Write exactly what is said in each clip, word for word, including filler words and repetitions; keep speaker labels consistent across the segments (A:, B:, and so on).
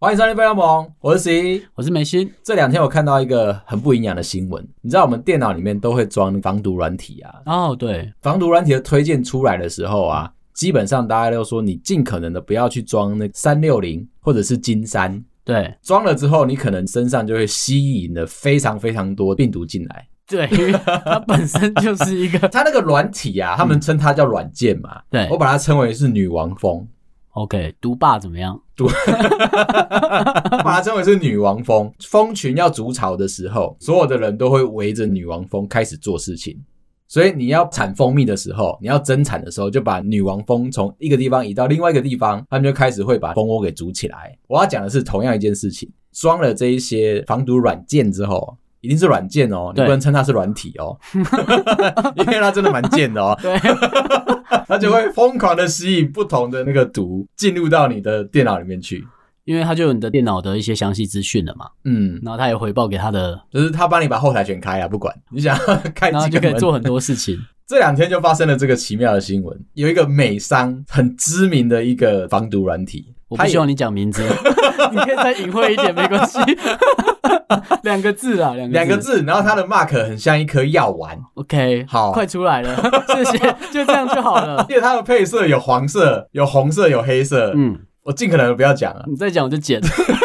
A: 欢迎收听飞扬盟，我是十一，
B: 我是梅心。
A: 这两天我看到一个很不营养的新闻，你知道我们电脑里面都会装防毒软体啊。
B: 哦，对，
A: 防毒软体的推荐出来的时候啊，基本上大家都说你尽可能的不要去装那三六零或者是金山。
B: 对，
A: 装了之后你可能身上就会吸引了非常非常多病毒进来。
B: 对，因为它本身就是一个
A: 它那个软体啊，他们称它叫软件嘛。
B: 对，
A: 我把它称为是女王蜂。
B: OK， 毒霸怎么样？
A: 毒，把它称为是女王蜂。蜂群要筑巢的时候，所有的人都会围着女王蜂开始做事情。所以你要产蜂蜜的时候，你要增产的时候，就把女王蜂从一个地方移到另外一个地方，他们就开始会把蜂窝给筑起来。我要讲的是同样一件事情，装了这一些防毒软件之后，一定是软件哦，你不能称它是软体哦，因为它真的蛮贱的哦。
B: 对，
A: 它就会疯狂的吸引不同的那个毒进入到你的电脑里面去。
B: 因为它就有你的电脑的一些详细资讯了嘛，嗯，然后它也回报给他的，
A: 就是他帮你把后台全开啊，不管你想要开几个门，
B: 然后就可以做很多事情。
A: 这两天就发生了这个奇妙的新闻，有一个美商很知名的一个防毒软体，
B: 我不希望你讲名字，你可以再隐晦一点，没关系。两个字啊，两个字，
A: 两个字，然后它的 mark 很像一颗药丸。
B: OK，
A: 好，
B: 快出来了，谢谢，就这样就好了。
A: 因为它的配色有黄色、有红色、有黑色，嗯。我尽可能不要讲了，
B: 你再讲我就剪，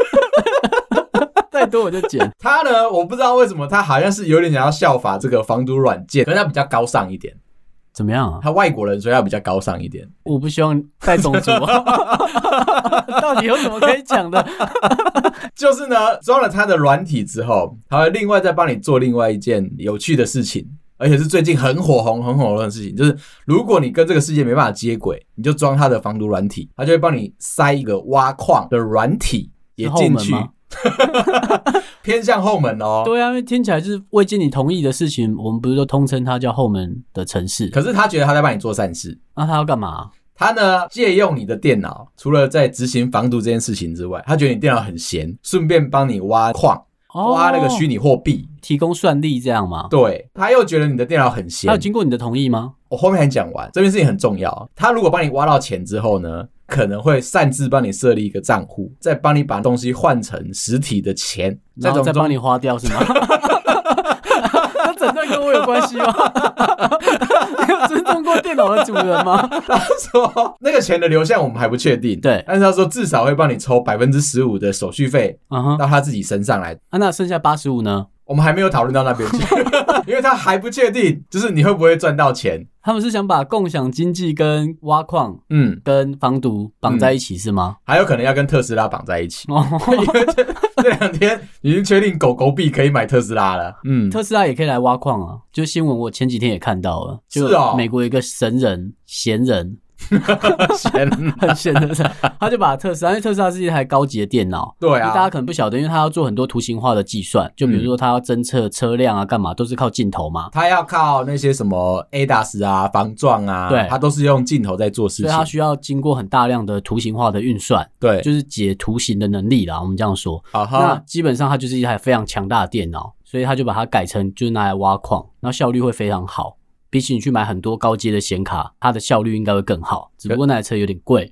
B: 再多我就剪。
A: 他呢，我不知道为什么他好像是有点想要效法这个防毒软件，可是他比较高尚一点。
B: 怎么样啊？
A: 他外国人，所以他比较高尚一点。
B: 我不希望带种族，到底有什么可以讲的？
A: 就是呢，装了他的软体之后，他会另外再帮你做另外一件有趣的事情。而且是最近很火红很火红的事情，就是如果你跟这个世界没办法接轨，你就装它的防毒软体，它就会帮你塞一个挖矿的软体也进去，偏向后门哦。
B: 对啊，因为听起来就是未经你同意的事情，我们不是都通称它叫后门的程式？
A: 可是他觉得他在帮你做善事，
B: 那他要干嘛？
A: 他呢，借用你的电脑，除了在执行防毒这件事情之外，他觉得你电脑很闲，顺便帮你挖矿。挖那个虚拟货币，
B: 提供算力这样吗？
A: 对，他又觉得你的电脑很闲，
B: 他有经过你的同意吗？
A: 我后面还讲完，这件事情很重要。他如果帮你挖到钱之后呢，可能会擅自帮你设立一个账户，再帮你把东西换成实体的钱，
B: 然后再帮你花掉是吗？那整段跟我有关系吗？你有尊重过电脑的主人吗？
A: 他说那个钱的流向我们还不确定，
B: 对，
A: 但是他说至少会帮你抽 百分之十五 的手续费到他自己身上来。
B: 啊，那剩下八十五呢？
A: 我们还没有讨论到那边去，因为他还不确定，就是你会不会赚到钱。
B: 他们是想把共享经济跟挖矿，嗯，跟防毒绑在一起是吗？
A: 嗯、还有可能要跟特斯拉绑在一起。哦、因为这这两天已经确定狗狗币可以买特斯拉了。嗯，
B: 特斯拉也可以来挖矿啊。就新闻我前几天也看到了，就美国有一个神人闲人。
A: 闲
B: 很闲的，他就把特斯拉，因为特斯拉是一台高级的电脑，
A: 对啊，
B: 大家可能不晓得，因为他要做很多图形化的计算，就比如说他要侦测车辆啊，干嘛都是靠镜头嘛，
A: 他要靠那些什么 A D A S 啊、防撞啊，对，他都是用镜头在做事情，
B: 所以他需要经过很大量的图形化的运算，
A: 对，
B: 就是解图形的能力啦，我们这样说。Uh-huh. 那基本上它就是一台非常强大的电脑，所以他就把它改成就是拿来挖矿，然后效率会非常好。比起你去买很多高阶的显卡，它的效率应该会更好，只不过那台车有点贵。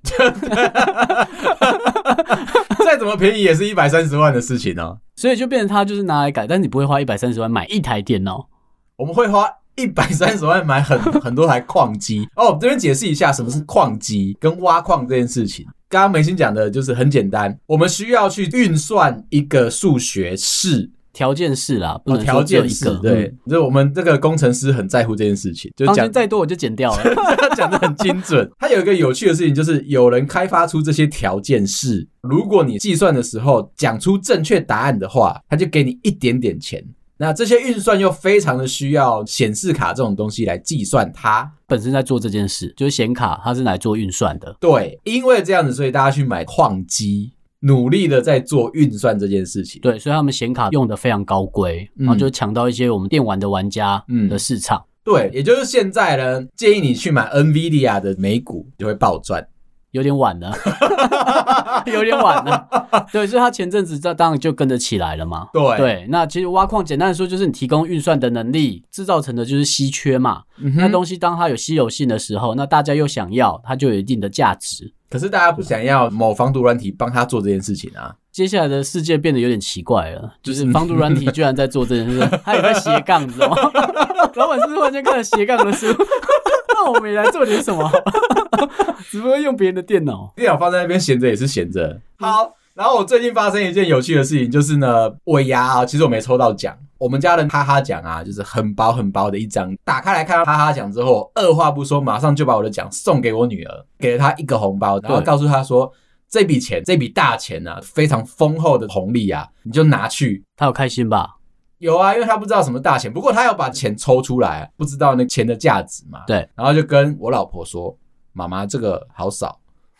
A: 再怎么便宜也是一百三十万的事情哦。
B: 所以就变成它就是拿来改，但是你不会花一百三十万买一台电脑，
A: 我们会花一百三十万买很很多台矿机。哦，这边解释一下什么是矿机跟挖矿这件事情。刚刚梅心讲的就是很简单，我们需要去运算一个数学式。
B: 条件式啦，不能说只有一个。
A: 哦、对，就是我们这个工程师很在乎这件事情，就
B: 讲再多我就剪掉了。
A: 讲得很精准。他有一个有趣的事情，就是有人开发出这些条件式，如果你计算的时候讲出正确答案的话，他就给你一点点钱。那这些运算又非常的需要显示卡这种东西来计算它。
B: 本身在做这件事，就是显卡它是来做运算的。
A: 对，因为这样子，所以大家去买矿机。努力的在做运算这件事情，
B: 对，所以他们显卡用的非常高规，然后就抢到一些我们电玩的玩家的市场。嗯、
A: 对，也就是现在呢，建议你去买 NVIDIA 的美股就会暴赚。
B: 有点晚了，有点晚了。对，所以他前阵子当然就跟着起来了嘛。
A: 对
B: 对，那其实挖矿简单的说就是你提供运算的能力，制造成的就是稀缺嘛。嗯、那东西当它有稀有性的时候，那大家又想要，它就有一定的价值。
A: 可是大家不想要某防毒软体帮他做这件事情啊。
B: 接下来的世界变得有点奇怪了，就是防毒软体居然在做这件事，他也在斜杠，你知道吗？老板是忽然间看了斜杠的书，那我们也来做点什么？只不过用别人的电脑，
A: 电脑放在那边闲着也是闲着。好，然后我最近发生一件有趣的事情，就是呢，尾牙啊，其实我没抽到奖。我们家的哈哈奖啊，就是很薄很薄的一张，打开来看到哈哈奖之后，二话不说，马上就把我的奖送给我女儿，给了她一个红包，然后告诉她说，这笔钱，这笔大钱啊，非常丰厚的红利啊，你就拿去。
B: 她有开心吧？
A: 有啊，因为她不知道什么大钱，不过她要把钱抽出来，不知道那钱的价值嘛。
B: 对，
A: 然后就跟我老婆说，妈妈这个好少。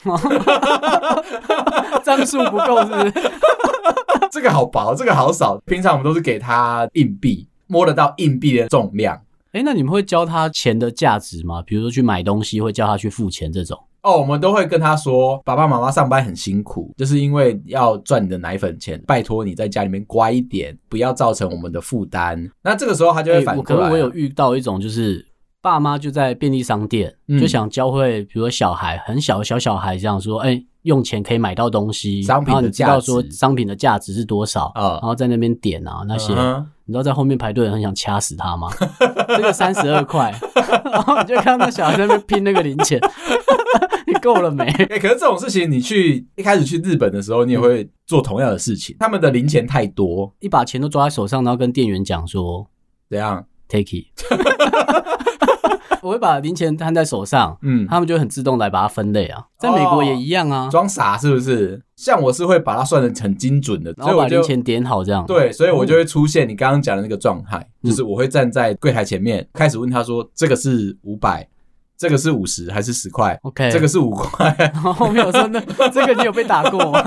B: 张数不够是不是？
A: 这个好薄，这个好少。平常我们都是给他硬币，摸得到硬币的重量。
B: 欸，那你们会教他钱的价值吗？比如说去买东西，会叫他去付钱这种？
A: 哦，我们都会跟他说，爸爸妈妈上班很辛苦，就是因为要赚你的奶粉钱，拜托你在家里面乖一点，不要造成我们的负担。那这个时候他就会反过来。
B: 欸，可是我有遇到一种就是爸妈就在便利商店，嗯，就想教会比如说小孩很小的小小孩这样说，哎，欸，用钱可以买到东西，
A: 商品的价值，
B: 然后你知道说商品的价值是多少，嗯，然后在那边点啊那些，嗯，你知道在后面排队人很想掐死他吗？这个三十二块，然后你就看到那小孩在那边拼那个零钱，你够了没？
A: 欸，可是这种事情你去一开始去日本的时候，你也会做同样的事情，他们的零钱太多，
B: 一把钱都抓在手上，然后跟店员讲说
A: 怎样
B: take it。我会把零钱摊在手上，嗯，他们就很自动来把它分类啊。在美国也一样啊，
A: 装，哦，傻是不是？像我是会把它算得很精准的，
B: 然后把零钱点好这样。
A: 对，所以我就会出现你刚刚讲的那个状态，嗯，就是我会站在柜台前面，开始问他说：“这个是五百，这个是五十还是十块
B: ？OK，
A: 这个是五块。”
B: 然后后面我说：“那这个你有被打过吗？”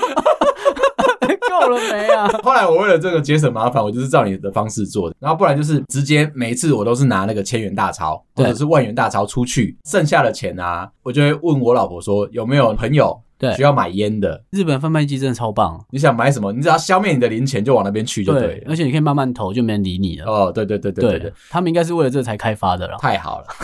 B: 够了没啊？
A: 后来我为了这个节省麻烦，我就是照你的方式做的，然后不然就是直接每一次我都是拿那个千元大钞或者是万元大钞出去，剩下的钱啊，我就会问我老婆说有没有朋友需要买烟的。
B: 日本贩卖机真的超棒，
A: 你想买什么，你只要消灭你的零钱就往那边去就对了。
B: 对，而且你可以慢慢投，就没人理你了。
A: 哦，对对对对对 对, 对，
B: 他们应该是为了这才开发的啦。
A: 太好了。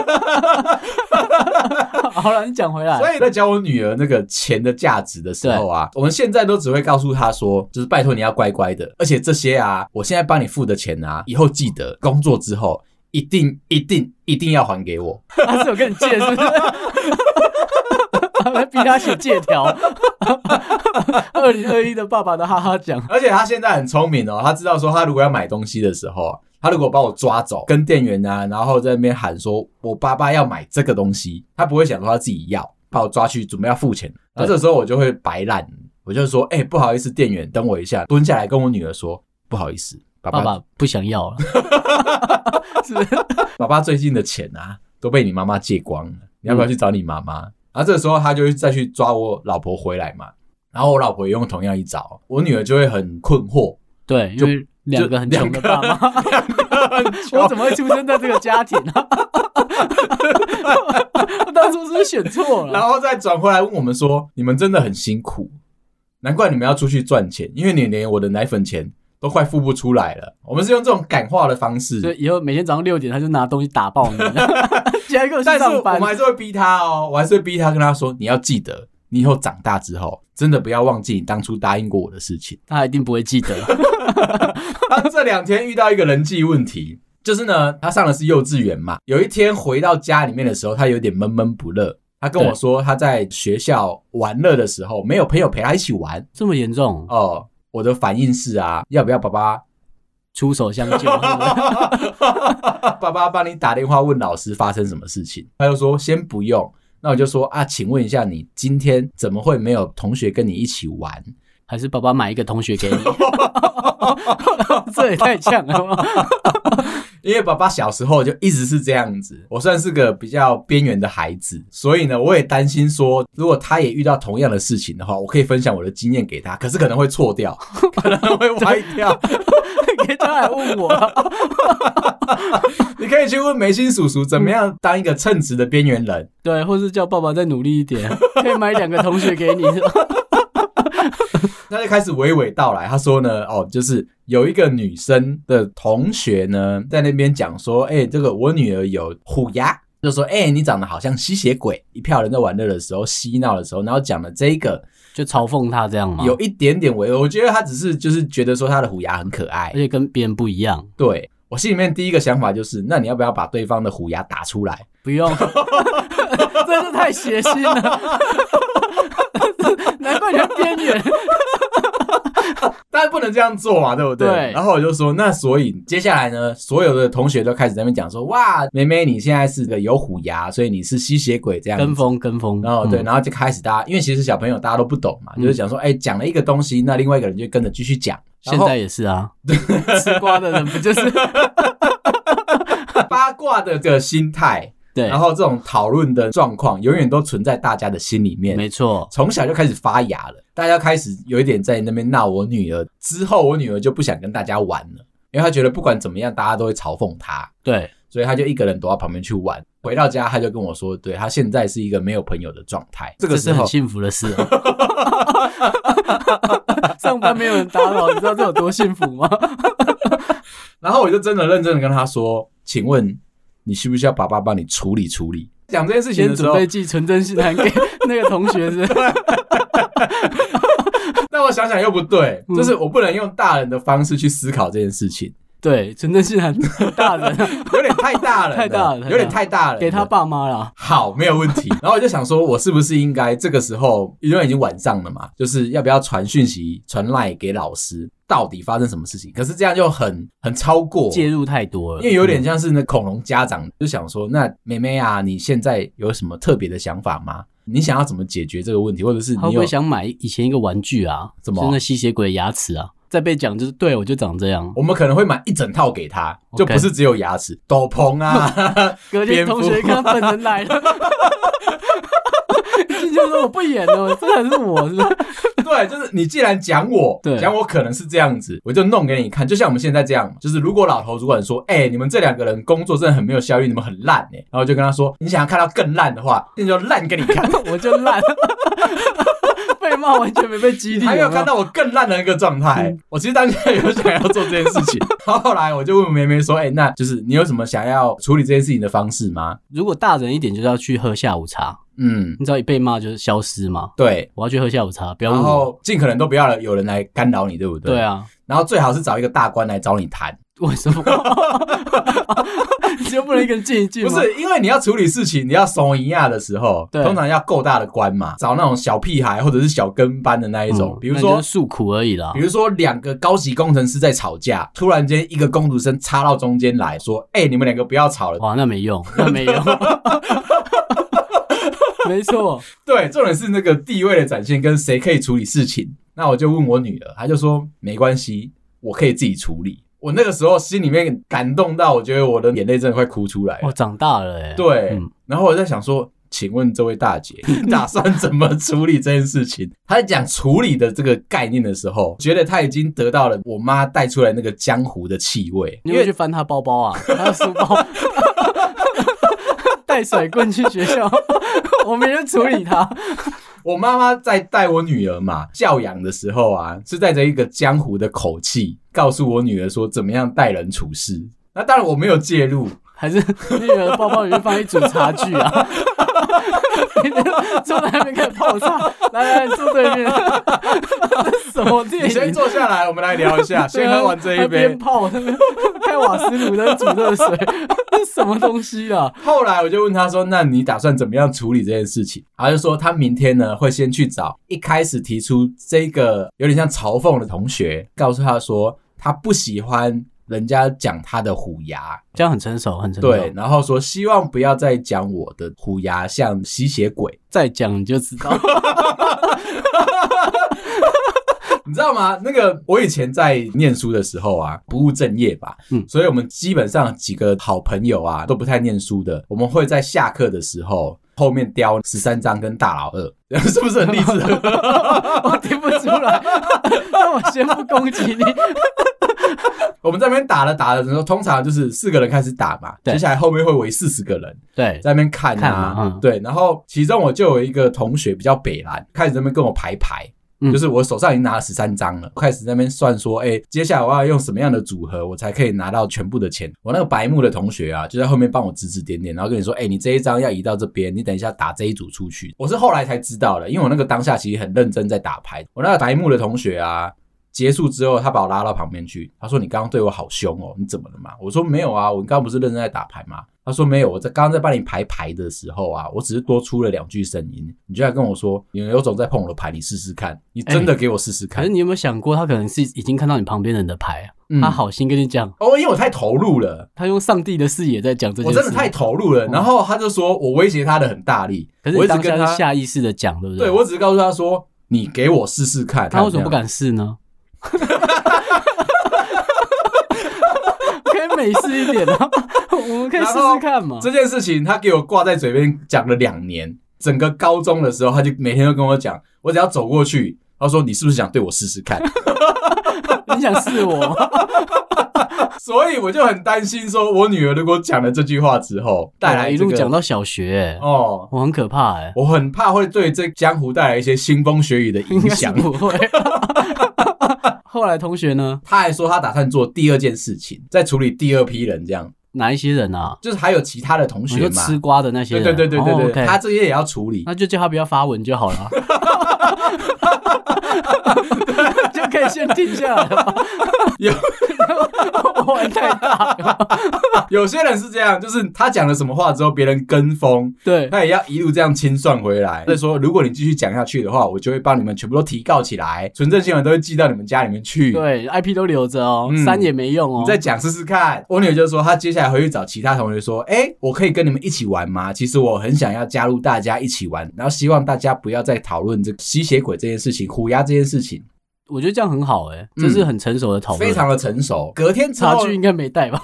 B: 好了，你讲回来。
A: 所以在教我女儿那个钱的价值的时候啊，我们现在都只会告诉她说，就是拜托你要乖乖的，而且这些啊，我现在帮你付的钱啊，以后记得工作之后一定一定一定要还给我。
B: 他是有跟你借是不是？来逼他写借条。二零二一的爸爸的哈哈奖。
A: 而且他现在很聪明哦，他知道说他如果要买东西的时候，他如果把我抓走，跟店员啊，然后在那边喊说我爸爸要买这个东西，他不会想说他自己要，把我抓去准备要付钱。然后这时候我就会摆烂，我就说哎，欸，不好意思店员，等我一下，蹲下来跟我女儿说不好意思，爸爸,
B: 爸爸不想要了。是不是？
A: 爸爸最近的钱啊都被你妈妈借光了，你要不要去找你妈妈？嗯，然后这个时候他就会再去抓我老婆回来嘛，然后我老婆也用同样一招，我女儿就会很困惑。
B: 对，因为两个很穷的爸妈，我怎么会出生在这个家庭啊？我当初是不是选错了？
A: 然后再转回来问我们说，你们真的很辛苦，难怪你们要出去赚钱，因为你连我的奶粉钱都快付不出来了。我们是用这种感化的方式，
B: 所以以后每天早上六点他就拿东西打爆你。起来给我去上班。
A: 但是我们还是会逼他哦，我还是会逼他跟他说，你要记得你以后长大之后真的不要忘记你当初答应过我的事情。
B: 他一定不会记得。
A: 他这两天遇到一个人际问题，就是呢他上的是幼稚园嘛，有一天回到家里面的时候他有点闷闷不乐，他跟我说他在学校玩乐的时候没有朋友陪他一起玩。
B: 这么严重
A: 哦？我的反应是啊，要不要爸爸
B: 出手相救？
A: 爸爸帮你打电话问老师发生什么事情。他就说先不用。那我就说啊，请问一下你今天怎么会没有同学跟你一起玩？
B: 还是爸爸买一个同学给你？这也太呛了吧。
A: 因为爸爸小时候就一直是这样子，我算是个比较边缘的孩子，所以呢我也担心说如果他也遇到同样的事情的话，我可以分享我的经验给他，可是可能会错掉，可能会歪掉。
B: 你可以他来问我。
A: 你可以去问梅心叔叔怎么样当一个称职的边缘人。
B: 对，或是叫爸爸再努力一点，可以买两个同学给你。
A: 他就开始娓娓道来，他说呢，哦，就是有一个女生的同学呢，在那边讲说，哎、欸，这个我女儿有虎牙， 就说哎、欸，你长得好像吸血鬼。一票人在玩乐的时候嬉闹的时候，然后讲了这个
B: 就嘲讽他这样吗？
A: 有一点点违和，我觉得他只是就是觉得说他的虎牙很可爱，
B: 而且跟别人不一样。
A: 对，我心里面第一个想法就是，那你要不要把对方的虎牙打出来？
B: 不用，真是太血腥了，难怪你会边缘。
A: 当然不能这样做嘛，对不对？
B: 对。
A: 然后我就说，那所以接下来呢，所有的同学都开始在那边讲说，哇，妹妹你现在是个有虎牙，所以你是吸血鬼这样子。
B: 跟风跟风。
A: 然后对，然后就开始大家，因为其实小朋友大家都不懂嘛，嗯、就是讲说，哎，讲了一个东西，那另外一个人就跟着继续讲。
B: 现在也是啊，吃瓜的人不就是
A: 八卦的这个心态？对，然后这种讨论的状况永远都存在大家的心里面。
B: 没错，
A: 从小就开始发芽了，大家开始有一点在那边闹我女儿，之后我女儿就不想跟大家玩了，因为她觉得不管怎么样大家都会嘲讽她。对，所以她就一个人躲到旁边去玩。回到家她就跟我说，对，她现在是一个没有朋友的状态。这个时候
B: 这是很幸福的事哦。上班没有人打扰，你知道这有多幸福吗？
A: 然后我就真的认真的跟她说，请问你需不需要爸爸帮你处理处理？讲这件事情的时候，
B: 先准备寄纯真信函给那个同学是。
A: 但我想想又不对，嗯、就是我不能用大人的方式去思考这件事情。
B: 对，纯真信函大人
A: 有点太大了，
B: 太大了，
A: 有点太大了，
B: 给他爸妈了。
A: 好，没有问题。然后我就想说，我是不是应该这个时候，因为已经晚上了嘛，就是要不要传讯息、传 LINE 给老师？到底发生什么事情？可是这样就很很超过，
B: 介入太多了，
A: 因为有点像是那恐龙家长、嗯、就想说，那妹妹啊，你现在有什么特别的想法吗？你想要怎么解决这个问题，或者是你有
B: 会不会想买以前一个玩具啊？什么？就是那吸血鬼的牙齿啊？再被讲就是对我就长这样，
A: 我们可能会买一整套给他， okay. 就不是只有牙齿、斗篷啊。
B: 隔天同学看本人来了。就说我不演了，这才是我是吧？
A: 对，就是你既然讲我，讲我可能是这样子，我就弄给你看。就像我们现在这样，就是如果老头主管说，哎、欸，你们这两个人工作真的很没有效率，你们很烂哎、欸，然后就跟他说，你想要看到更烂的话，那就烂给你看，
B: 我就烂。被骂完全没被激励，
A: 还没有看到我更烂的那个状态、嗯。我其实当下有想要做这件事情，然后后来我就问梅梅说：“哎、欸，那就是你有什么想要处理这件事情的方式吗？”
B: 如果大人一点，就是要去喝下午茶。嗯，你知道一被骂就是消失吗？对，我要去喝下午茶，不要问我。
A: 然后尽可能都不要有人来干扰你，对不对？
B: 对啊。
A: 然后最好是找一个大官来找你谈。
B: 为什么？你就不能一个人静一静吗？
A: 不是，因为你要处理事情，你要怂一亚的时候，通常要够大的官嘛，找那种小屁孩或者是小跟班的那一种，嗯、比如说
B: 诉苦而已啦。
A: 比如说两个高级工程师在吵架，突然间一个工读生插到中间来说：“哎、欸，你们两个不要吵了。”
B: 哇，那没用，那没用。没错，
A: 对，重点是那个地位的展现跟谁可以处理事情。那我就问我女儿，她就说没关系，我可以自己处理。我那个时候心里面感动到，我觉得我的眼泪真的快哭出来了。
B: 我长大了哎、欸。
A: 对、嗯，然后我在想说，请问这位大姐，你打算怎么处理这件事情？她在讲处理的这个概念的时候，觉得她已经得到了我妈带出来那个江湖的气味。
B: 你会去翻她包包啊？她的书包。带甩棍去学校，我没人处理他。
A: 我妈妈在带我女儿嘛，教养的时候啊，是带着一个江湖的口气，告诉我女儿说怎么样待人处事。那当然我没有介入，
B: 还是女儿的包包里面放一组茶具啊。坐在那边开始泡茶，来来坐对面。什么电影？
A: 你先坐下来，我们来聊一下。先喝完这一杯，
B: 边泡那边开瓦斯炉在煮热水，这什么东西啊？
A: 后来我就问他说：“那你打算怎么样处理这件事情？”他就说他明天呢会先去找一开始提出这个有点像嘲讽的同学，告诉他说他不喜欢人家讲他的虎牙，
B: 这样很成熟，很成熟。
A: 对，然后说希望不要再讲我的虎牙像吸血鬼，
B: 再讲你就知道。
A: 你知道吗？那个我以前在念书的时候啊，不务正业吧，嗯，所以我们基本上几个好朋友啊都不太念书的，我们会在下课的时候后面雕十三章跟大老二，是不是很励志？
B: 我听不出来，那我先不攻击你。
A: 我们在那边打了打的时候，通常就是四个人开始打嘛，接下来后面会围四十个人，对，在那边看啊，看嗯、对，然后其中我就有一个同学比较北蓝，开始在那边跟我排牌。 嗯、就是我手上已经拿了十三张了，开始在那边算说，哎、欸，接下来我要用什么样的组合，我才可以拿到全部的钱。我那个白目的同学啊，就在后面帮我指指点点，然后跟你说，哎、欸，你这一张要移到这边，你等一下打这一组出去。我是后来才知道的，因为我那个当下其实很认真在打牌。我那个白目的同学啊，结束之后，他把我拉到旁边去，他说：“你刚刚对我好凶哦，你怎么了嘛？”我说：“没有啊，我刚刚不是认真在打牌吗？”他说：“没有，我在刚刚在帮你排牌的时候啊，我只是多出了两句声音，你就来跟我说，你有种在碰我的牌，你试试看，你真的给我试试看。欸”可
B: 是你有没有想过，他可能是已经看到你旁边人的牌、嗯、他好心跟你讲
A: 哦，因为我太投入了，
B: 他用上帝的视野在讲这件事，
A: 我真的太投入了。然后他就说我威胁他的很大力，
B: 可是你当下是下意识的讲，对不对？
A: 对，我只是告诉他说，你给我试试看。
B: 他为什么不敢试呢？可以美式一点啊，我们可以试试看嘛。
A: 这件事情他给我挂在嘴边讲了两年，整个高中的时候他就每天都跟我讲，我只要走过去，他说你是不是想对我试试看？
B: 你想试我吗？
A: 所以我就很担心，说我女儿如果讲了这句话之后，带来、
B: 这个、一路讲到小学、欸，哦，我很可怕哎、欸，
A: 我很怕会对这江湖带来一些腥风血雨的影响。
B: 不会。后来同学呢？
A: 他还说他打算做第二件事情，再处理第二批人，这样。
B: 哪一些人啊？
A: 就是还有其他的同学嘛，
B: 就吃瓜的那些人。
A: 对对对对对对、
B: 哦 okay
A: 他这些也要处理，
B: 那就叫他不要发文就好了，就可以先停下来了。
A: 有
B: 玩太大
A: 有些人是这样，就是他讲了什么话之后，别人跟风，
B: 对，
A: 他也要一路这样清算回来。所以说，如果你继续讲下去的话，我就会帮你们全部都提告起来，存证新闻都会寄到你们家里面去。
B: 对 ，I P 都留着哦，
A: 嗯、
B: 删也没用哦。
A: 你再讲试试看。我女儿就说，她接下来回去找其他同学说，哎、欸，我可以跟你们一起玩吗？其实我很想要加入大家一起玩，然后希望大家不要再讨论这个吸血鬼这件事情、虎牙这件事情。
B: 我觉得这样很好哎、欸，这是很成熟的讨论、
A: 嗯，非常的成熟。隔天
B: 差距应该没带吧？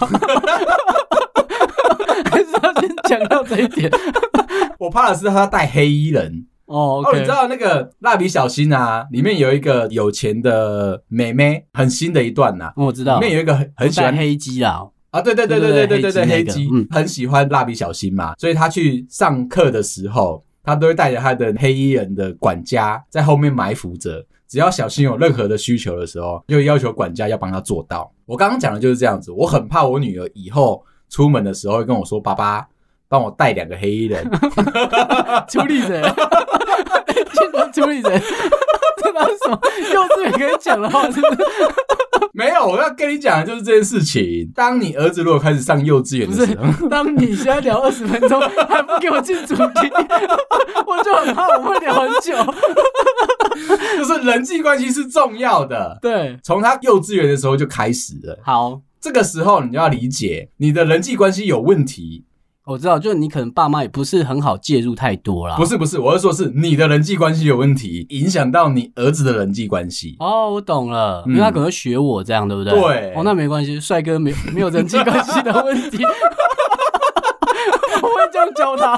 B: 还是要先讲到这一点？
A: 我怕的是他带黑衣人
B: 哦。Okay、
A: 哦，你知道那个蜡笔小新啊，里面有一个有钱的妹妹，很新的一段呐、啊
B: 哦。我知道，
A: 里面有一个很很喜欢
B: 黑鸡啦。
A: 啊，对对对对对对对对，黑鸡、
B: 那个嗯、
A: 很喜欢蜡笔小新嘛，所以他去上课的时候，他都会带着他的黑衣人的管家在后面埋伏着。只要小新有任何的需求的时候，就要求管家要帮他做到。我刚刚讲的就是这样子，我很怕我女儿以后出门的时候会跟我说：“爸爸，帮我带两个黑衣人。”
B: 处理人，现在处理人，这哪是什么幼稚园可以讲的话？是不是？
A: 没有，我要跟你讲的就是这件事情。当你儿子如果开始上幼稚园的时候，
B: 不是，当你现在聊二十分钟还不给我进主题，我就很怕我会聊很久。
A: 就是人际关系是重要的，
B: 对，
A: 从他幼稚园的时候就开始了。
B: 好，
A: 这个时候你就要理解你的人际关系有问题。
B: 我知道，就你可能爸妈也不是很好介入太多啦。
A: 不是不是，我是说是你的人际关系有问题，影响到你儿子的人际关系。
B: 哦，我懂了，因为他可能会学我这样，对不对？
A: 对。
B: 哦，那没关系，帅哥没没有人际关系的问题，我会这样教他。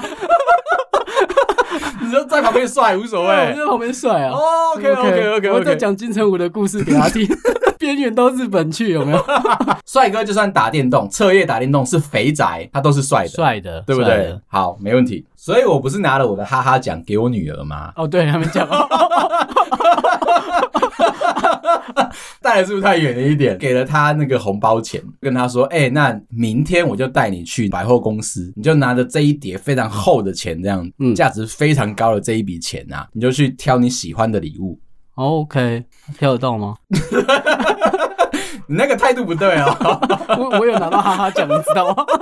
A: 你就在旁边帅无所谓，
B: 我在旁边帅啊。
A: 哦 ，OK OK OK，
B: 我在讲金城武的故事给他听，边缘到日本去，有没有？
A: 帅哥就算打电动，彻夜打电动是肥宅，他都是帅的，
B: 帅的，
A: 对不对？好，没问题。所以我不是拿了我的哈哈奖给我女儿吗？
B: 哦，对他们讲，
A: 带的是不是太远了一点？给了他那个红包钱，跟他说：“哎、欸，那明天我就带你去百货公司，你就拿着这一叠非常厚的钱，这样，嗯，价值非常高的这一笔钱啊，你就去挑你喜欢的礼物。
B: 哦” OK， 挑得到吗？
A: 你那个态度不对哦。
B: 我我有拿到哈哈奖，你知道吗？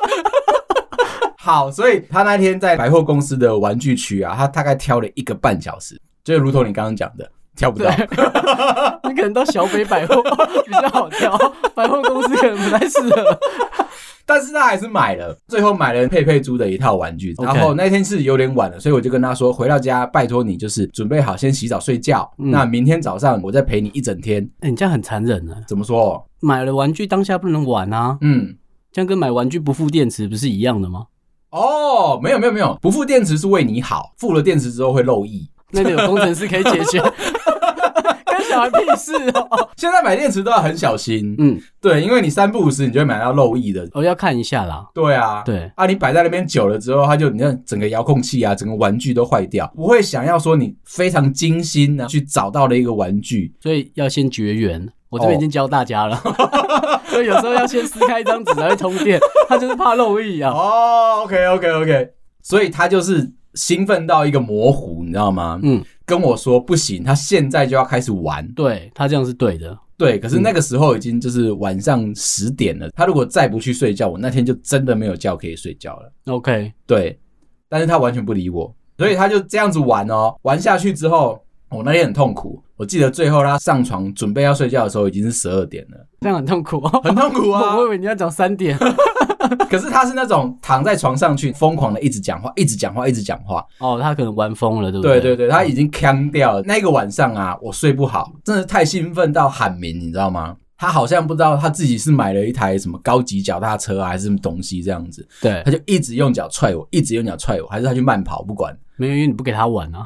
A: 好，所以他那天在百货公司的玩具区啊，他大概挑了一个半小时，就如同你刚刚讲的，挑不到。
B: 你可能到小北百货比较好挑，百货公司可能不太适合。
A: 但是他还是买了，最后买了佩佩猪的一套玩具。Okay. 然后那天是有点晚了，所以我就跟他说，回到家拜托你就是准备好先洗澡睡觉、嗯、那明天早上我再陪你一整天。
B: 欸、你这样很残忍啊。
A: 怎么说？
B: 买了玩具当下不能玩啊。嗯，这样跟买玩具不附电池不是一样的吗？
A: 哦，没有没有没有，不附电池是为你好，附了电池之后会漏液，
B: 那个有工程师可以解决。跟小孩屁事哦。
A: 现在买电池都要很小心，
B: 嗯，
A: 对，因为你三不五时你就会买到漏液的。
B: 哦，要看一下啦。
A: 对啊，
B: 对
A: 啊，你摆在那边久了之后，它就你看整个遥控器啊，整个玩具都坏掉，不会想要说你非常精心的、啊、去找到了一个玩具，
B: 所以要先绝缘。我这边已经教大家了，哦、所以有时候要先撕开一张纸才会通电，他就是怕漏液啊。
A: 哦 ，OK OK OK， 所以他就是兴奋到一个模糊，你知道吗？嗯，跟我说不行，他现在就要开始玩。
B: 对，他这样是对的。
A: 对，可是那个时候已经就是晚上十点了，他如果再不去睡觉，我那天就真的没有觉可以睡觉了。
B: OK，
A: 对，但是他完全不理我，所以他就这样子玩哦，玩下去之后。我那天很痛苦，我记得最后他上床准备要睡觉的时候已经是十二点了，
B: 这样很痛苦，
A: 很痛苦啊！
B: 我以为你要讲三点，
A: 可是他是那种躺在床上去疯狂的一直讲话，一直讲话，一直讲话。
B: 哦，他可能玩疯了，对不对？
A: 对对对，他已经呛掉了。那个晚上啊，我睡不好，真的太兴奋到喊鸣，你知道吗？他好像不知道他自己是买了一台什么高级脚踏车啊，还是什么东西这样子。
B: 对，
A: 他就一直用脚踹我，一直用脚踹我，还是他去慢跑，不管。
B: 没有，因为你不给他玩啊。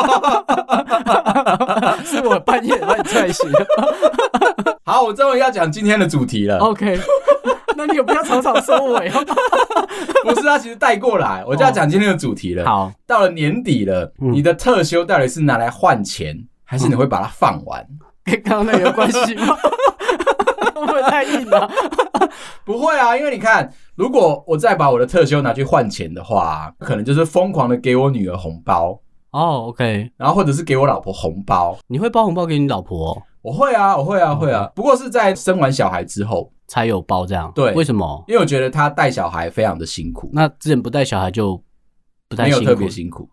B: 是我半夜把你踹醒。
A: 好，我终于要讲今天的主题了。
B: OK， 那你有不要草草收尾哦。
A: 不是，他其实带过来，我就要讲今天的主题了。
B: 好，
A: 到了年底了，嗯、你的特休到底是拿来换钱，还是你会把它放完？
B: 跟刚刚那个有关系吗？会不会太硬了？
A: 不会啊，因为你看，如果我再把我的特休拿去换钱的话，可能就是疯狂的给我女儿红包
B: 哦、oh, ，OK，
A: 然后或者是给我老婆红包。
B: 你会包红包给你老婆、哦？
A: 我会啊，我会啊，会啊。不过是在生完小孩之后
B: 才有包这样。
A: 对，
B: 为什么？
A: 因为我觉得她带小孩非常的辛苦。
B: 那之前不带小孩就不太辛苦，
A: 没有特别辛苦。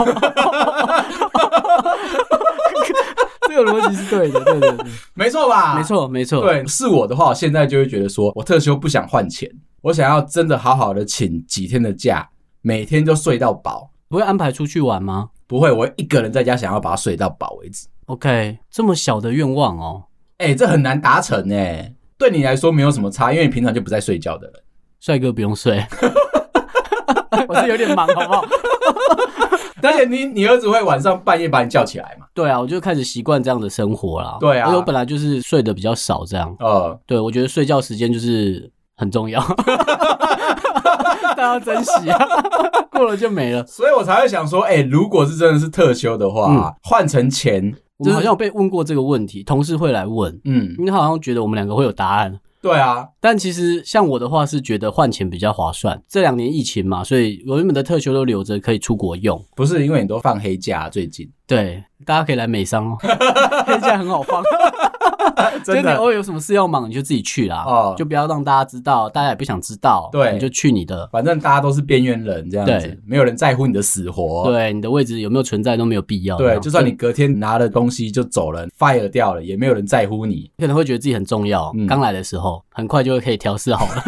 B: 这个逻辑是对的，对对对，
A: 没错吧？
B: 没错，没错。
A: 对，是我的话，我现在就会觉得说，我特休不想换钱，我想要真的好好的请几天的假，每天就睡到饱。
B: 不会安排出去玩吗？
A: 不会，我一个人在家想要把它睡到饱为止。
B: OK， 这么小的愿望哦，
A: 哎、欸，这很难达成哎。对你来说没有什么差，因为你平常就不在睡觉的人。
B: 帅哥不用睡，我是有点忙，好不好？
A: 而且你你儿子会晚上半夜把你叫起来嘛？
B: 对啊，我就开始习惯这样的生活啦。
A: 对啊，
B: 而且我本来就是睡得比较少，这样。呃，对，我觉得睡觉时间就是很重要，大家要珍惜啊，过了就没了。
A: 所以我才会想说，哎、欸，如果是真的是特休的话，换、嗯、成钱，
B: 我们好像有被问过这个问题，同事会来问，嗯，因为他好像觉得我们两个会有答案。
A: 对啊，
B: 但其实像我的话是觉得换钱比较划算。这两年疫情嘛，所以我原本的特休都留着可以出国用。
A: 不是因为你都放黑假、啊、最近。
B: 对，大家可以来美商哦，黑假很好放。真的，你偶尔有什么事要忙，你就自己去啦，哦，就不要让大家知道，大家也不想知道，对，你就去你的，
A: 反正大家都是边缘人这样子，没有人在乎你的死活，
B: 对，你的位置有没有存在都没有必要，
A: 对，就算你隔天拿了东西就走了 ，fire 掉了，也没有人在乎你，
B: 可能会觉得自己很重要，刚、嗯、来的时候，很快就会可以调试好了。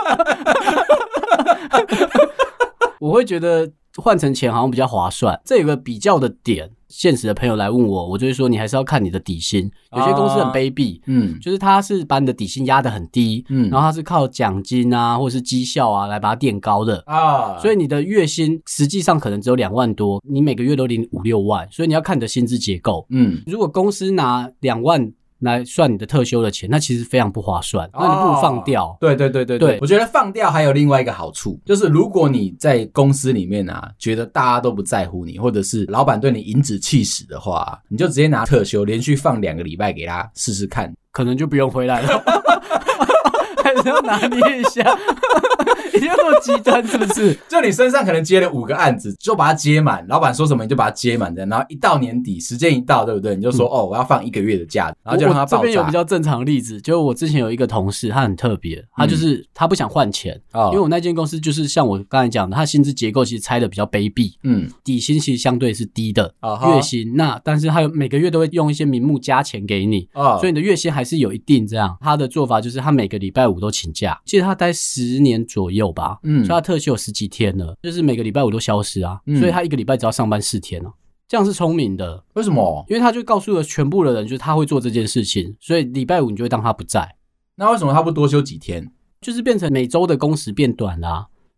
B: 我会觉得换成钱好像比较划算，这有个比较的点。现实的朋友来问我，我就会说你还是要看你的底薪。有些公司很卑鄙，嗯，就是他是把你的底薪压得很低，嗯，然后他是靠奖金啊或者是绩效啊来把它垫高的啊，所以你的月薪实际上可能只有两万多，你每个月都领五六万，所以你要看你的薪资结构，嗯，如果公司拿两万来算你的特休的钱，那其实非常不划算，那你不如放掉。哦、
A: 对对对对 对, 对，我觉得放掉还有另外一个好处，就是如果你在公司里面啊，觉得大家都不在乎你，或者是老板对你颐指气使的话，你就直接拿特休连续放两个礼拜给他试试看，
B: 可能就不用回来了。还是要拿捏一下，一定要那么极端是不是？
A: 就你身上可能接了五个案子，就把它接满，老板说什么你就把它接满的，然后一到年底时间一到，对不对？你就说、嗯、哦，我要放一个月的假，然后就让它爆炸。
B: 我这边有比较正常的例子，就是我之前有一个同事，他很特别，他就是、嗯、他不想换钱、哦，因为我那间公司就是像我刚才讲的，他薪资结构其实拆的比较卑鄙，嗯，底薪其实相对是低的、哦、月薪，那但是他每个月都会用一些名目加钱给你，哦、所以你的月薪还是有一定这样。他的做法就是他每个礼拜五都请假，记得他待十年左右吧，嗯，所以他特休有十几天了，就是每个礼拜五都消失啊，嗯、所以他一个礼拜只要上班四天啊，这样是聪明的。
A: 为什么？
B: 因为他就告诉了全部的人，就是他会做这件事情，所以礼拜五你就会当他不在。
A: 那为什么他不多休几天？
B: 就是变成每周的工时变短啦、啊。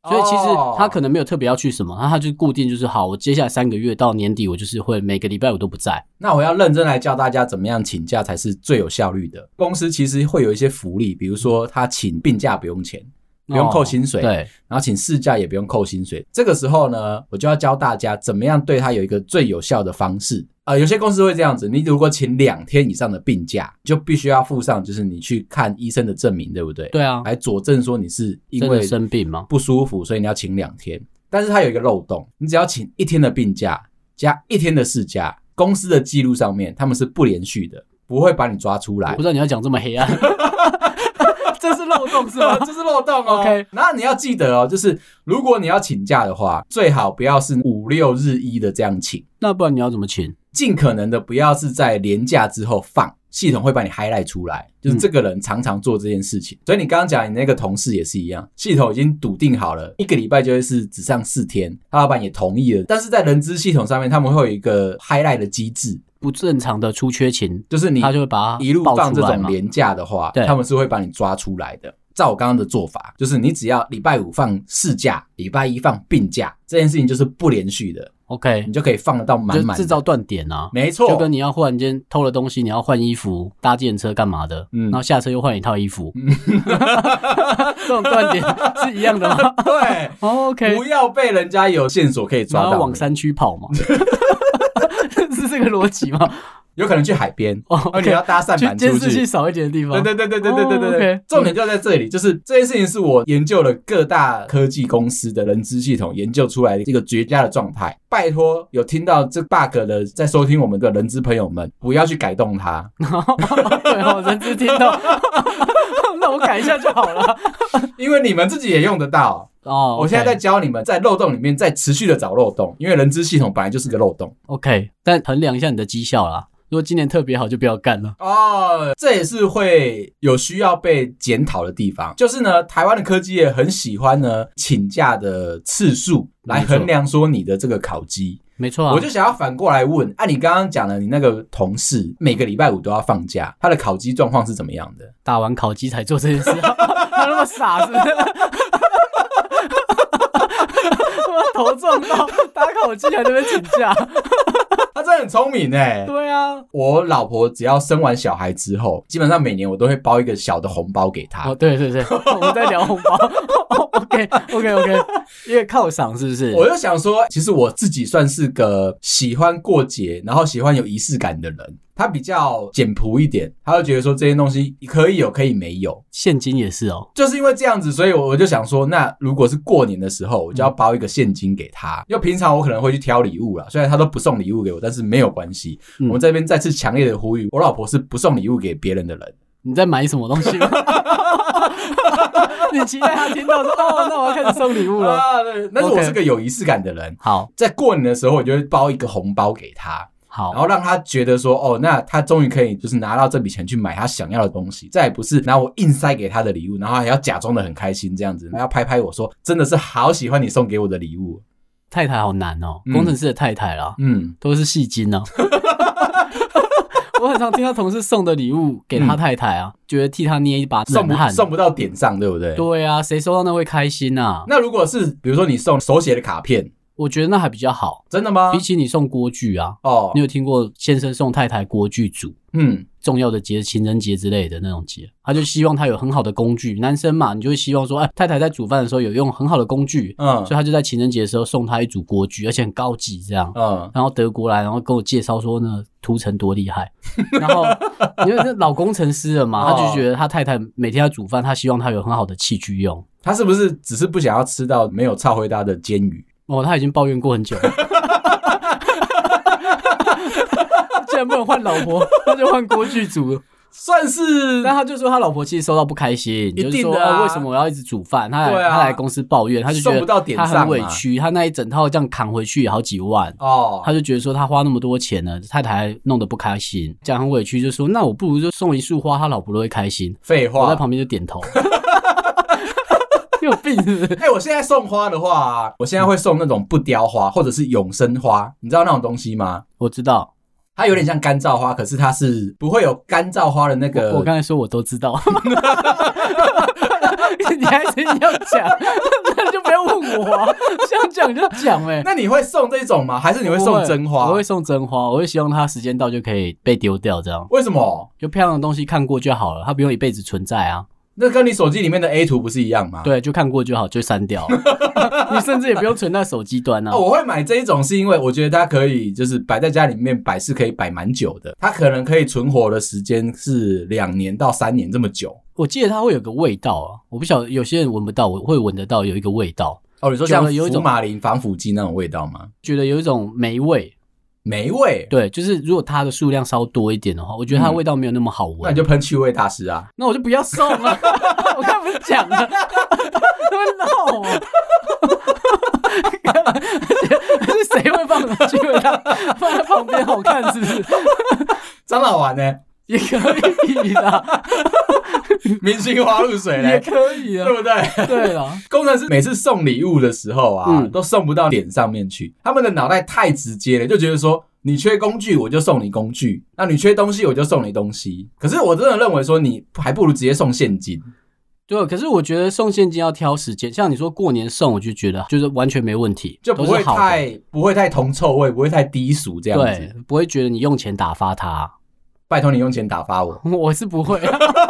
B: 所以其实他可能没有特别要去什么，那他就固定就是好，我接下来三个月到年底我就是会每个礼拜五都不在。
A: 那我要认真来教大家怎么样请假才是最有效率的。公司其实会有一些福利，比如说他请病假不用钱，不用扣薪水、哦、对，然后请事假也不用扣薪水。这个时候呢，我就要教大家怎么样对他有一个最有效的方式。呃，有些公司会这样子，你如果请两天以上的病假，就必须要附上就是你去看医生的证明，对不对？
B: 对啊，
A: 来佐证说你是因为
B: 生病吗？
A: 不舒服，所以你要请两天。但是它有一个漏洞，你只要请一天的病假加一天的事假，公司的记录上面他们是不连续的，不会把你抓出来。
B: 我不知道你要讲这么黑暗。这是漏洞是吗？
A: 这是漏洞哦。OK， 那你要记得哦，就是如果你要请假的话，最好不要是五六日一的这样请。
B: 那不然你要怎么请？
A: 尽可能的不要是在连假之后放，系统会把你 highlight 出来，就是这个人常常做这件事情。嗯、所以你刚刚讲你那个同事也是一样，系统已经笃定好了，一个礼拜就会是只上四天，他老板也同意了。但是在人资系统上面，他们会有一个 highlight 的机制。
B: 不正常的出缺勤，
A: 就是你
B: 他就会把它
A: 一路放这种连假的话，他们是会把你抓出来的。照我刚刚的做法，就是你只要礼拜五放事假，礼拜一放病假，这件事情就是不连续的。
B: OK，
A: 你就可以放得到满满的，
B: 就制造断点啊。
A: 没错，
B: 就跟你要忽然间偷了东西，你要换衣服，搭计程车干嘛的，嗯，然后下车又换一套衣服，嗯、这种断点是一样的吗？
A: 对、
B: oh, ，OK，
A: 不要被人家有线索可以抓到，
B: 然后往山区跑嘛，是这个逻辑吗？
A: 有可能去海边，哦、oh, okay, 你要搭舢板出去，
B: 监视器少一点的地方。
A: 对对对对对对对对对。
B: Oh, okay.
A: 重点就在这里，就是这件事情是我研究了各大科技公司的人资系统研究出来的一个绝佳的状态。拜托，有听到这 bug 的，在收听我们的人资朋友们，不要去改动它。
B: 对哦，人资听到，那我改一下就好了，
A: 因为你们自己也用得到。
B: 哦、oh, okay.
A: 我现在在教你们在漏洞里面再持续的找漏洞，因为人资系统本来就是个漏洞。
B: OK， 但衡量一下你的绩效啦。如果今年特别好，就不要干了
A: 哦。这也是会有需要被检讨的地方。就是呢，台湾的科技业很喜欢呢请假的次数来衡量说你的这个考绩。
B: 没错、啊，
A: 我就想要反过来问，啊，你刚刚讲了，你那个同事每个礼拜五都要放假，他的考绩状况是怎么样的？
B: 打完考绩才做这件事，他那么傻是不是？我头撞到，打考绩还在那边请假。
A: 他真的很聪明欸。
B: 对啊，
A: 我老婆只要生完小孩之后，基本上每年我都会包一个小的红包给她。
B: 哦，对对对，我们在聊红包。OK OK OK， 因为犒赏是不是？
A: 我就想说，其实我自己算是个喜欢过节，然后喜欢有仪式感的人。他比较简朴一点，他会觉得说这些东西可以有，可以没有。
B: 现金也是哦，
A: 就是因为这样子，所以我就想说，那如果是过年的时候，我就要包一个现金给他。因为平常我可能会去挑礼物啦，虽然他都不送礼物给我，但是没有关系。嗯、我们这边再次强烈的呼吁，我老婆是不送礼物给别人的人。
B: 你在买什么东西吗？你期待他听到说哦，那我要开始送礼物了。
A: 啊，对，但是我是个有仪式感的人。
B: 好，
A: 在过年的时候，我就会包一个红包给他。
B: 好，
A: 然后让他觉得说，哦，那他终于可以就是拿到这笔钱去买他想要的东西，再也不是拿我硬塞给他的礼物，然后还要假装的很开心这样子，还要拍拍我说，真的是好喜欢你送给我的礼物。
B: 太太好难哦，嗯、工程师的太太啦，嗯，都是戏精哦。我很常听到同事送的礼物给他太太啊，嗯、觉得替他捏一把冷汗，
A: 送不到点上，对不对？
B: 对啊，谁收到那会开心啊？
A: 那如果是比如说你送手写的卡片。
B: 我觉得那还比较好。
A: 真的吗？
B: 比起你送锅具啊，哦，你有听过先生送太太锅具组？嗯，重要的节，情人节之类的那种节，他就希望他有很好的工具。男生嘛，你就会希望说，哎，太太在煮饭的时候有用很好的工具，嗯，所以他就在情人节的时候送他一组锅具，而且很高级这样，嗯，然后德国来，然后跟我介绍说呢，涂层多厉害，然后因为是老工程师了嘛，他就觉得他太太每天要煮饭，他希望他有很好的器具用。
A: 他是不是只是不想要吃到没有臭回答的煎鱼？
B: 哦，他已经抱怨过很久了。既然不能换老婆，那就换锅具组。
A: 算是，
B: 但他就说他老婆其实收到不开心，
A: 一定的啊，
B: 就是说、哦、为什么我要一直煮饭？他来、啊、他来公司抱怨，他就觉得他很委屈，他那一整套这样扛回去也好几万哦，他就觉得说他花那么多钱呢，太太还弄得不开心，这样很委屈，就说那我不如就送一束花，他老婆都会开心。
A: 废话，
B: 我在旁边就点头。你有病是不是？
A: 哎、欸，我现在送花的话、啊，我现在会送那种不雕花或者是永生花，你知道那种东西吗？
B: 我知道。
A: 它有点像干燥花，可是它是不会有干燥花的那个。
B: 我, 我刚才说我都知道，你还是要讲，那就不要问我、啊，想讲就讲哎、欸。
A: 那你会送这种吗？还是你会送真花？
B: 我会, 我会送真花，我会希望它时间到就可以被丢掉，这样。
A: 为什么？
B: 就漂亮的东西看过就好了，它不用一辈子存在啊。
A: 那跟你手机里面的 A 图不是一样吗？
B: 对，就看过就好，就删掉。你甚至也不用存在手机端啊、
A: 哦。我会买这一种是因为我觉得它可以就是摆在家里面摆是可以摆蛮久的，它可能可以存活的时间是两年到三年这么久。
B: 我记得它会有个味道啊，我不晓得有些人闻不到，我会闻得到有一个味道。
A: 哦，你说像福马林防腐剂那种味道吗？
B: 觉得有一种霉味。
A: 霉味，
B: 对，就是如果它的数量稍多一点的话，我觉得它的味道没有那么好闻、嗯。
A: 那你就喷气味大师啊！
B: 那我就不要送了。我刚不是讲了，他们闹我。而且是谁会放气味大放在旁边好看是不是？
A: 张老丸呢？
B: 也可以啦。
A: 明星花露水嘞，
B: 也可以啊，
A: 对不对？
B: 对啦，
A: 工程师每次送礼物的时候啊、嗯，都送不到脸上面去。他们的脑袋太直接了，就觉得说你缺工具我就送你工具，那你缺东西我就送你东西。可是我真的认为说你还不如直接送现金。
B: 对，可是我觉得送现金要挑时间，像你说过年送，我就觉得就是完全没问题，
A: 就不会太不会太铜臭味，不会太低俗这样子，
B: 对，不会觉得你用钱打发他。
A: 拜托你用钱打发我，
B: 我是不会。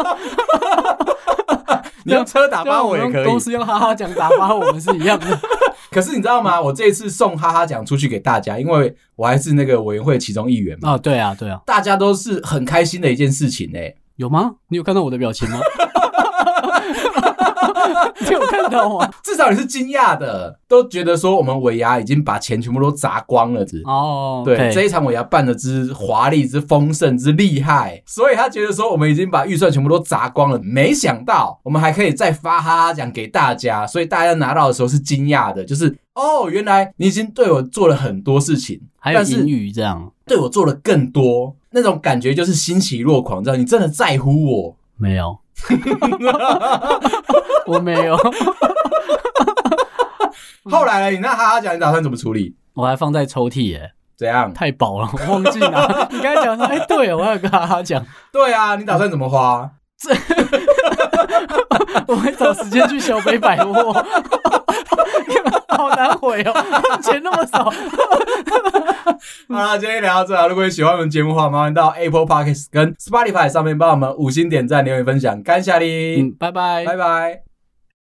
A: 你用车打发我也可以，
B: 公司用哈哈奖打发我们是一样的。
A: 可是你知道吗？我这一次送哈哈奖出去给大家，因为我还是那个委员会其中一员嘛。
B: 啊，对啊，对啊，
A: 大家都是很开心的一件事情哎、欸。
B: 有吗？你有看到我的表情吗？你有看到吗？
A: 至少你是惊讶的，都觉得说我们尾牙已经把钱全部都砸光了之
B: 哦。
A: 对，
B: okay.
A: 这一场尾牙办的之华丽、之丰盛、之厉害，所以他觉得说我们已经把预算全部都砸光了。没想到我们还可以再发哈哈奖给大家，所以大家拿到的时候是惊讶的，就是哦，原来你已经对我做了很多事情，
B: 还有盈余这样，
A: 对我做了更多，那种感觉就是欣喜若狂，知道你真的在乎我。
B: 没有。我没有。
A: 后来你那哈哈奖你打算怎么处理？
B: 我还放在抽屉耶。
A: 怎样？
B: 太薄了，我忘记拿。你刚才讲说，哎、欸，对，我还有个哈哈奖。
A: 对啊，你打算怎么花？
B: 我会找时间去小北百货。好难回哦，钱那么少。
A: 好啦，今天聊到这啦。如果你喜欢我们节目的话，麻烦到 Apple Podcast 跟 Spotify 上面帮我们五星点赞、留言、分享，感谢你。
B: 嗯，拜拜，
A: 拜拜。